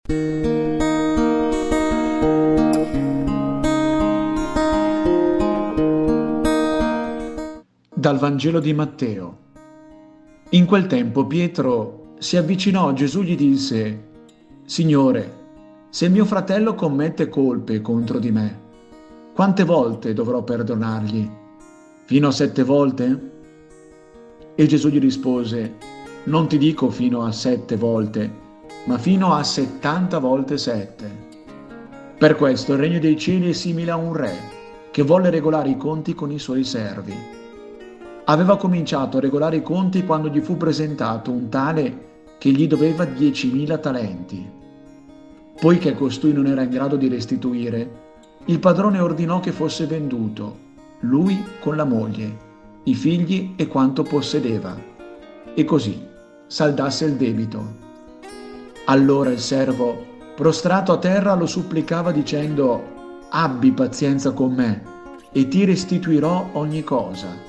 Dal Vangelo di Matteo. In quel tempo Pietro si avvicinò a Gesù e gli disse: Signore, se mio fratello commette colpe contro di me, quante volte dovrò perdonargli? Fino a 7 volte? E Gesù gli rispose: Non ti dico fino a 7 volte, ma fino a 70 volte 7. Per questo il regno dei cieli è simile a un re che volle regolare i conti con i suoi servi. Aveva cominciato a regolare i conti quando gli fu presentato un tale che gli doveva 10.000 talenti. Poiché costui non era in grado di restituire, il padrone ordinò che fosse venduto, lui con la moglie, i figli e quanto possedeva, e così saldasse il debito. Allora il servo, prostrato a terra, lo supplicava dicendo: Abbi pazienza con me e ti restituirò ogni cosa.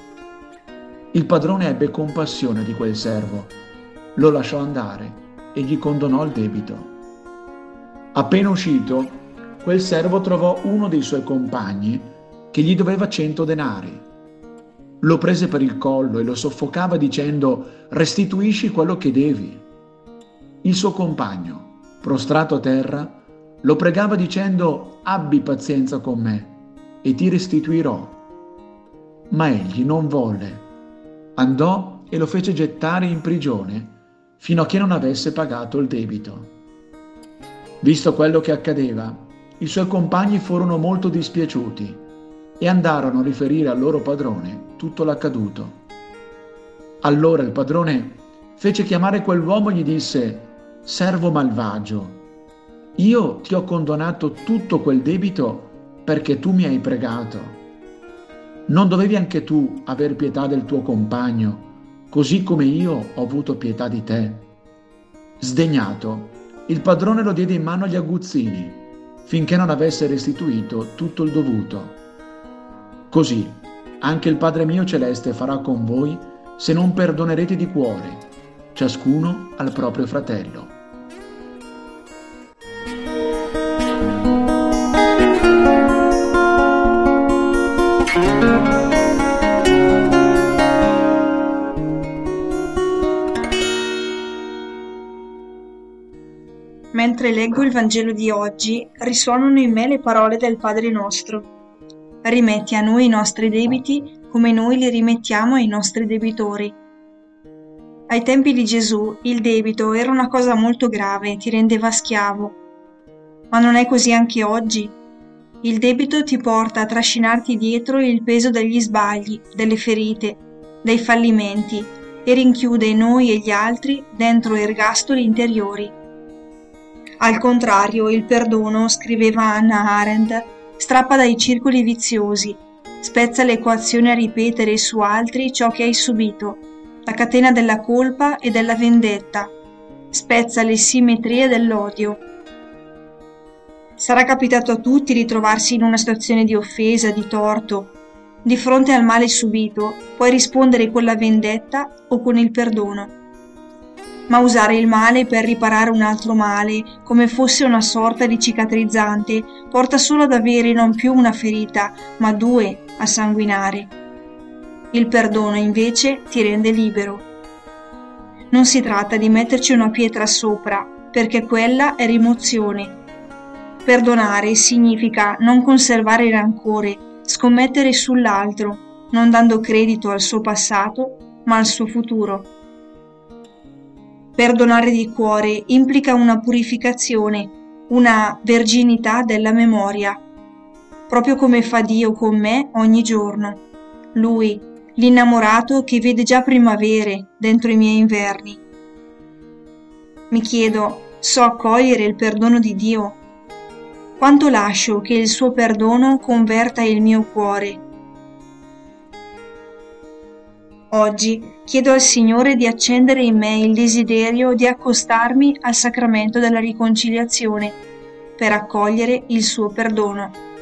Il padrone ebbe compassione di quel servo, lo lasciò andare e gli condonò il debito. Appena uscito, quel servo trovò uno dei suoi compagni che gli doveva 100 denari. Lo prese per il collo e lo soffocava dicendo: Restituisci quello che devi. Il suo compagno, prostrato a terra, lo pregava dicendo: Abbi pazienza con me e ti restituirò. Ma egli non volle. Andò e lo fece gettare in prigione fino a che non avesse pagato il debito. Visto quello che accadeva, i suoi compagni furono molto dispiaciuti e andarono a riferire al loro padrone tutto l'accaduto. Allora il padrone fece chiamare quell'uomo e gli disse: Servo malvagio, io ti ho condonato tutto quel debito perché tu mi hai pregato. Non dovevi anche tu aver pietà del tuo compagno, così come io ho avuto pietà di te? Sdegnato, il padrone lo diede in mano agli aguzzini, finché non avesse restituito tutto il dovuto. Così anche il Padre mio celeste farà con voi se non perdonerete di cuore, ciascuno al proprio fratello. Mentre leggo il Vangelo di oggi, risuonano in me le parole del Padre nostro. Rimetti a noi i nostri debiti come noi li rimettiamo ai nostri debitori. Ai tempi di Gesù il debito era una cosa molto grave, ti rendeva schiavo. Ma non è così anche oggi? Il debito ti porta a trascinarti dietro il peso degli sbagli, delle ferite, dei fallimenti e rinchiude noi e gli altri dentro ergastoli interiori. Al contrario, il perdono, scriveva Hannah Arendt, strappa dai circoli viziosi, spezza le equazioni a ripetere su altri ciò che hai subito, la catena della colpa e della vendetta, spezza le simmetrie dell'odio. Sarà capitato a tutti di trovarsi in una situazione di offesa, di torto. Di fronte al male subito, puoi rispondere con la vendetta o con il perdono. Ma usare il male per riparare un altro male, come fosse una sorta di cicatrizzante, porta solo ad avere non più una ferita, ma 2 a sanguinare. Il perdono, invece, ti rende libero. Non si tratta di metterci una pietra sopra, perché quella è rimozione. Perdonare significa non conservare rancore, scommettere sull'altro, non dando credito al suo passato, ma al suo futuro. Perdonare di cuore implica una purificazione, una verginità della memoria, proprio come fa Dio con me ogni giorno. Lui, l'innamorato che vede già primavere dentro i miei inverni. Mi chiedo, so accogliere il perdono di Dio? Quanto lascio che il suo perdono converta il mio cuore? Oggi chiedo al Signore di accendere in me il desiderio di accostarmi al sacramento della riconciliazione per accogliere il suo perdono.